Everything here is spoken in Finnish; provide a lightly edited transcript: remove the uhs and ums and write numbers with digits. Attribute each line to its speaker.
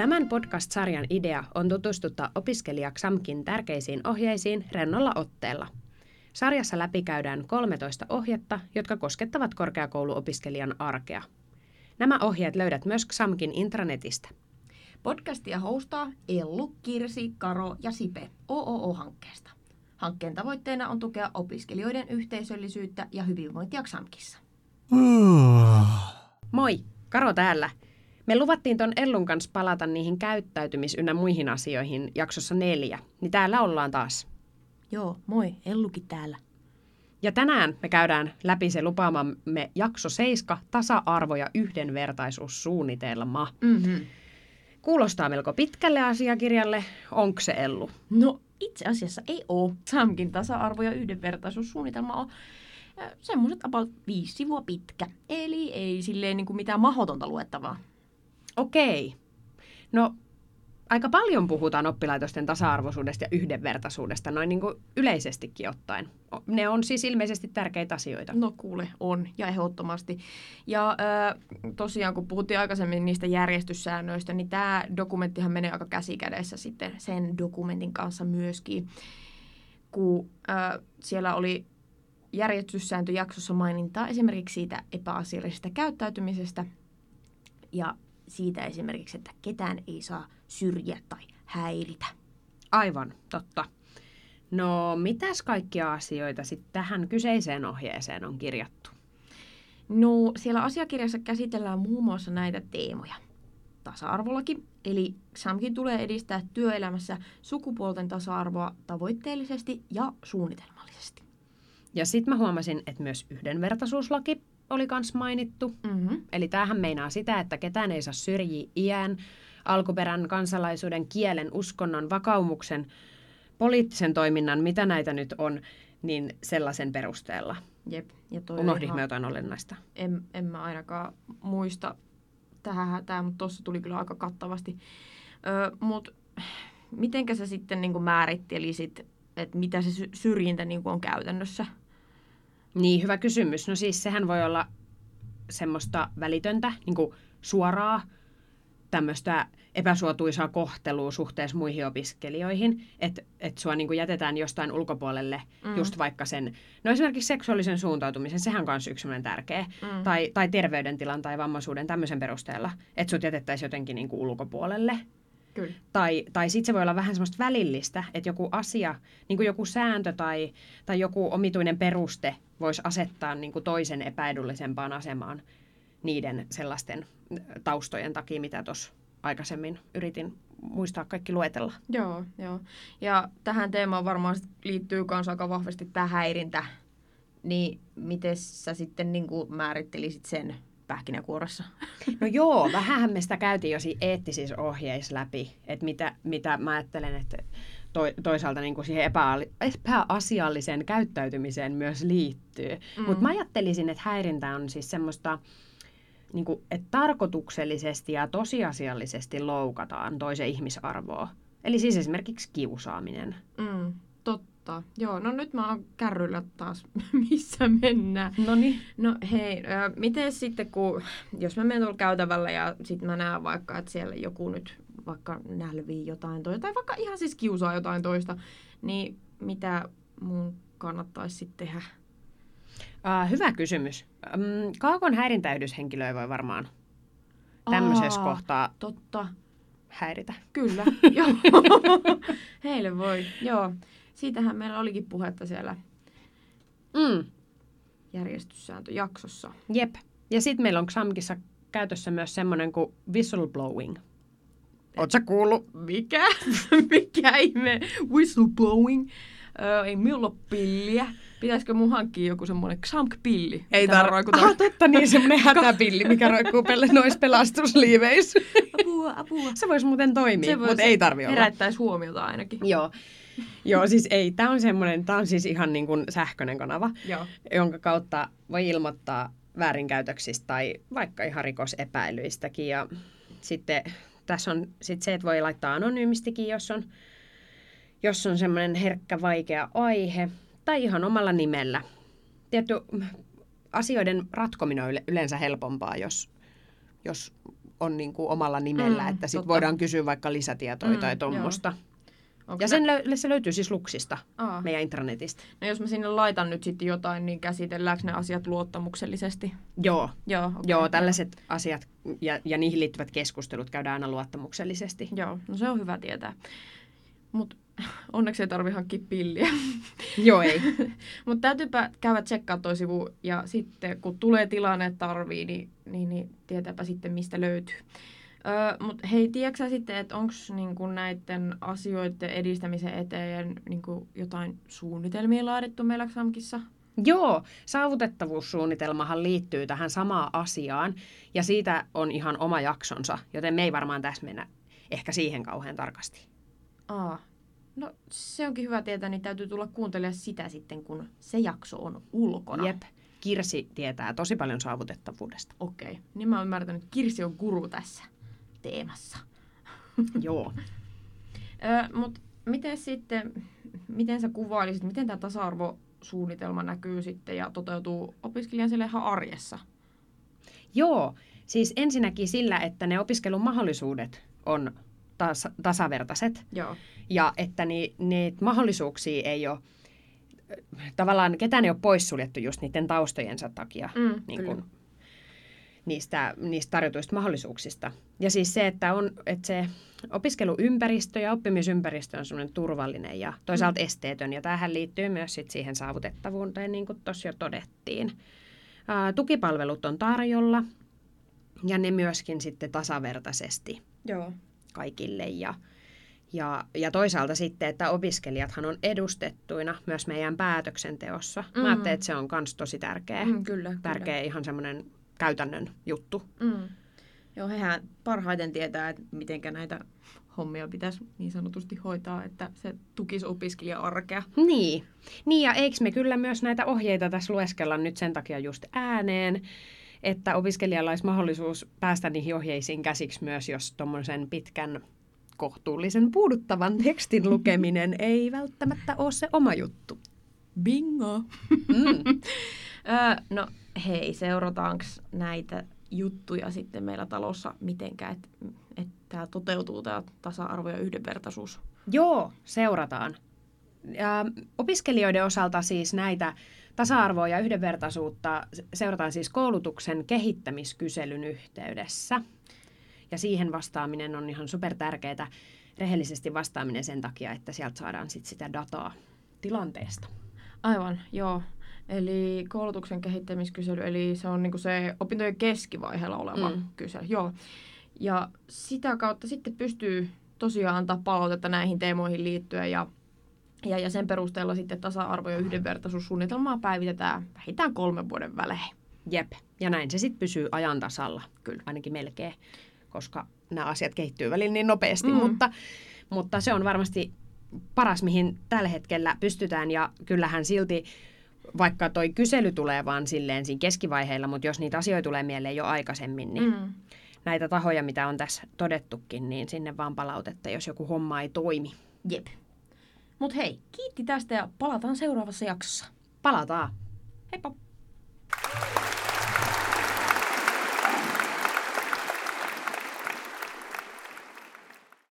Speaker 1: Tämän podcast-sarjan idea on tutustuttaa opiskelija XAMKin tärkeisiin ohjeisiin rennolla otteella. Sarjassa läpikäydään 13 ohjetta, jotka koskettavat korkeakouluopiskelijan arkea. Nämä ohjeet löydät myös XAMKin intranetistä.
Speaker 2: Podcastia hostaa Ellu, Kirsi, Karo ja Sipe OOO-hankkeesta. Hankkeen tavoitteena on tukea opiskelijoiden yhteisöllisyyttä ja hyvinvointia XAMKissa.
Speaker 1: Moi, Karo täällä. Me luvattiin ton Ellun kanssa palata niihin käyttäytymis- ynnä muihin asioihin jaksossa 4, niin täällä ollaan taas.
Speaker 2: Joo, moi, Ellukin täällä.
Speaker 1: Ja tänään me käydään läpi se lupaamamme jakso 7, tasa-arvo- ja yhdenvertaisuussuunnitelma. Kuulostaa melko pitkälle asiakirjalle. Onko se, Ellu?
Speaker 2: No, itse asiassa ei ole. XAMKin tasa-arvo- ja yhdenvertaisuussuunnitelma on semmoiset about 5 sivua pitkä. Eli ei silleen niin kuin mitään mahdotonta luettavaa.
Speaker 1: Okei. No, aika paljon puhutaan oppilaitosten tasa-arvoisuudesta ja yhdenvertaisuudesta, noin niin kuin yleisestikin ottaen. Ne on siis ilmeisesti tärkeitä asioita.
Speaker 2: No kuule, on. Ja ehdottomasti. Ja tosiaan, kun puhuttiin aikaisemmin niistä järjestyssäännöistä, niin tämä dokumenttihan menee aika käsikädessä sitten sen dokumentin kanssa myöskin. Kun siellä oli järjestyssääntöjaksossa mainintaa esimerkiksi siitä epäasiallisesta käyttäytymisestä ja siitä esimerkiksi, että ketään ei saa syrjiä tai häiritä.
Speaker 1: Aivan, totta. No, mitäs kaikkia asioita sitten tähän kyseiseen ohjeeseen on kirjattu?
Speaker 2: No, siellä asiakirjassa käsitellään muun muassa näitä teemoja. Tasa-arvolaki, eli XAMKin tulee edistää työelämässä sukupuolten tasa-arvoa tavoitteellisesti ja suunnitelmallisesti.
Speaker 1: Ja sitten mä huomasin, että myös yhdenvertaisuuslaki oli kans mainittu. Eli tämähän meinaa sitä, että ketään ei saa syrjiä iän, alkuperän, kansalaisuuden, kielen, uskonnon, vakaumuksen, poliittisen toiminnan, mitä näitä nyt on, niin sellaisen perusteella.
Speaker 2: Jep. Ja
Speaker 1: unohdin me jotain olennaista.
Speaker 2: En mä ainakaan muista tähän, mutta tuossa tuli kyllä aika kattavasti. Mutta mitenkä sä sitten niin kuin määrittelisit, että mitä se syrjintä niin kuin on käytännössä?
Speaker 1: Niin, hyvä kysymys. No siis sehän voi olla semmoista välitöntä, niin kuin suoraa, tämmöistä epäsuotuisaa kohtelua suhteessa muihin opiskelijoihin, että sua niin kuin jätetään jostain ulkopuolelle, just vaikka sen, no esimerkiksi seksuaalisen suuntautumisen, sehän on myös yksi tärkeä, tai terveydentilan tai vammaisuuden tämmöisen perusteella, että sut jätettäisiin jotenkin niin kuin ulkopuolelle.
Speaker 2: Kyllä.
Speaker 1: Tai sitten se voi olla vähän semmoista välillistä, että joku asia, niin kuin joku sääntö tai joku omituinen peruste voisi asettaa niin kuin toisen epäedullisempaan asemaan niiden sellaisten taustojen takia, mitä tuossa aikaisemmin yritin muistaa kaikki luetella.
Speaker 2: Joo. Ja tähän teemaan varmaan liittyy myös aika vahvasti tämä häirintä. Niin miten sä sitten niin kuin määrittelisit sen pähkinäkuoressa?
Speaker 1: No joo, vähänhän me sitä käytiin jo siinä eettisissä ohjeissa läpi, että mitä mä ajattelen, että toisaalta niin kuin siihen epäasialliseen käyttäytymiseen myös liittyy. Mutta mä ajattelisin, että häirintä on siis semmoista, niin kuin, että tarkoituksellisesti ja tosiasiallisesti loukataan toisen ihmisarvoa. Eli siis esimerkiksi kiusaaminen.
Speaker 2: Totta. Joo, no nyt mä oon kärryllä taas, missä mennään.
Speaker 1: Noniin.
Speaker 2: No hei, miten sitten, jos mä menen tuolla käytävällä ja sitten mä näen vaikka, että siellä joku nyt vaikka nälvii jotain toista, tai vaikka ihan siis kiusaa jotain toista, niin mitä mun kannattaisi sitten tehdä?
Speaker 1: Hyvä kysymys. Kaakon häirintäyhdyshenkilöä voi varmaan tämmöisessä kohtaa
Speaker 2: totta.
Speaker 1: häiritä.
Speaker 2: Kyllä, joo. Heille voi, joo. Siitähän meillä olikin puhetta siellä järjestyssääntöjaksossa.
Speaker 1: Jep. Ja sitten meillä on XAMKissa käytössä myös semmoinen kuin whistleblowing. Ootko sä kuullut?
Speaker 2: Mikä? Mikä ihme? Whistleblowing? Ei minulla ole pilliä. Pitäisikö mun hankkia joku semmoinen XAMK-pilli?
Speaker 1: Ei tarvitse. Totta niin, semmoinen hätäpilli, mikä roikkuu noissa pelastusliiveissä.
Speaker 2: Apua.
Speaker 1: Se voisi muuten toimia, mutta ei tarvitse olla.
Speaker 2: Herättäisi huomiota ainakin.
Speaker 1: Joo, siis ei. Tämä on siis ihan niin kuin sähköinen kanava, jonka kautta voi ilmoittaa väärinkäytöksistä tai vaikka ihan rikosepäilyistäkin. Ja sitten tässä on sit se, että voi laittaa anonyymistikin, jos on semmoinen herkkä, vaikea aihe, tai ihan omalla nimellä. Tietty, asioiden ratkominen on yleensä helpompaa, jos on niin kuin omalla nimellä, että sitten voidaan kysyä vaikka lisätietoja tai tuommoista. Ja se löytyy siis Luxista, meidän intranetistä.
Speaker 2: No jos mä sinne laitan nyt sitten jotain, niin käsitelläänkö ne asiat luottamuksellisesti?
Speaker 1: Joo, tällaiset asiat ja niihin liittyvät keskustelut käydään aina luottamuksellisesti.
Speaker 2: Joo, no se on hyvä tietää. Mutta onneksi ei tarvitse hankkia pilliä.
Speaker 1: Joo, ei.
Speaker 2: Mutta täytyypä käydä tsekkaa toi sivu ja sitten kun tulee tilanne, että tarvii, niin tietääpä sitten mistä löytyy. Mutta hei, tiedätkö sä sitten, että onko niinku näiden asioiden edistämisen eteen niinku jotain suunnitelmia laadittu meillä XAMKissa?
Speaker 1: Joo, saavutettavuussuunnitelmahan liittyy tähän samaan asiaan ja siitä on ihan oma jaksonsa, joten me ei varmaan tässä mennä ehkä siihen kauhean tarkasti.
Speaker 2: No se onkin hyvä tietää, niin täytyy tulla kuuntelemaan sitä sitten, kun se jakso on ulkona.
Speaker 1: Jep, Kirsi tietää tosi paljon saavutettavuudesta.
Speaker 2: Okei, niin mä oon ymmärtänyt, että Kirsi on guru tässä teemassa.
Speaker 1: Joo.
Speaker 2: Mutta miten sä kuvailisit, miten tämä tasa-arvosuunnitelma näkyy sitten ja toteutuu opiskelijan siellä ihan arjessa?
Speaker 1: Joo, siis ensinnäkin sillä, että ne opiskelun mahdollisuudet on tasavertaiset.
Speaker 2: Joo.
Speaker 1: Ja että niitä mahdollisuuksia ei ole, tavallaan ketään ei ole poissuljettu just niiden taustojensa takia niin kun, niistä tarjotuista mahdollisuuksista. Ja siis se, että se opiskeluympäristö ja oppimisympäristö on semmoinen turvallinen ja toisaalta esteetön. Ja tämähän liittyy myös sit siihen saavutettavuuteen, niin kuin tuossa jo todettiin. Tukipalvelut on tarjolla ja ne myöskin sitten tasavertaisesti.
Speaker 2: Joo.
Speaker 1: Kaikille ja toisaalta sitten, että opiskelijathan on edustettuina myös meidän päätöksenteossa. Mä ajattelen, että se on myös tosi tärkeä. Tärkeä ihan semmoinen käytännön juttu.
Speaker 2: Joo, hehän parhaiten tietää, että miten näitä hommia pitäisi niin sanotusti hoitaa, että se tukisi opiskelija-arkea.
Speaker 1: Niin, ja eikö me kyllä myös näitä ohjeita tässä lueskella nyt sen takia just ääneen, että opiskelijalla olisi mahdollisuus päästä niihin ohjeisiin käsiksi myös, jos tuommoisen pitkän, kohtuullisen puuduttavan tekstin lukeminen ei välttämättä ole se oma juttu.
Speaker 2: Bingo! No hei, seurataanko näitä juttuja sitten meillä talossa mitenkään, että tämä toteutuu tämä tasa-arvo ja yhdenvertaisuus?
Speaker 1: Joo, seurataan. Ja opiskelijoiden osalta siis näitä tasa-arvoa ja yhdenvertaisuutta seurataan siis koulutuksen kehittämiskyselyn yhteydessä. Ja siihen vastaaminen on ihan supertärkeää, rehellisesti vastaaminen sen takia, että sieltä saadaan sit sitä dataa tilanteesta.
Speaker 2: Aivan, joo. Eli koulutuksen kehittämiskysely, eli se on niinku se opintojen keskivaiheella oleva kysely. Joo. Ja sitä kautta sitten pystyy tosiaan antaa palautetta näihin teemoihin liittyen ja sen perusteella sitten tasa-arvo- ja yhdenvertaisuussuunnitelmaa päivitetään vähintään 3 vuoden välein.
Speaker 1: Jep, ja näin se sitten pysyy ajan tasalla, kyllä ainakin melkein, koska nämä asiat kehittyy välillä niin nopeasti, mutta se on varmasti paras, mihin tällä hetkellä pystytään, ja kyllähän silti, vaikka toi kysely tulee vaan silleen siinä keskivaiheilla, mutta jos niitä asioita tulee mieleen jo aikaisemmin, niin näitä tahoja, mitä on tässä todettukin, niin sinne vaan palautetta, jos joku homma ei toimi.
Speaker 2: Jep. Mut hei, kiitti tästä ja palataan seuraavassa jaksossa.
Speaker 1: Palataan.
Speaker 2: Heippa!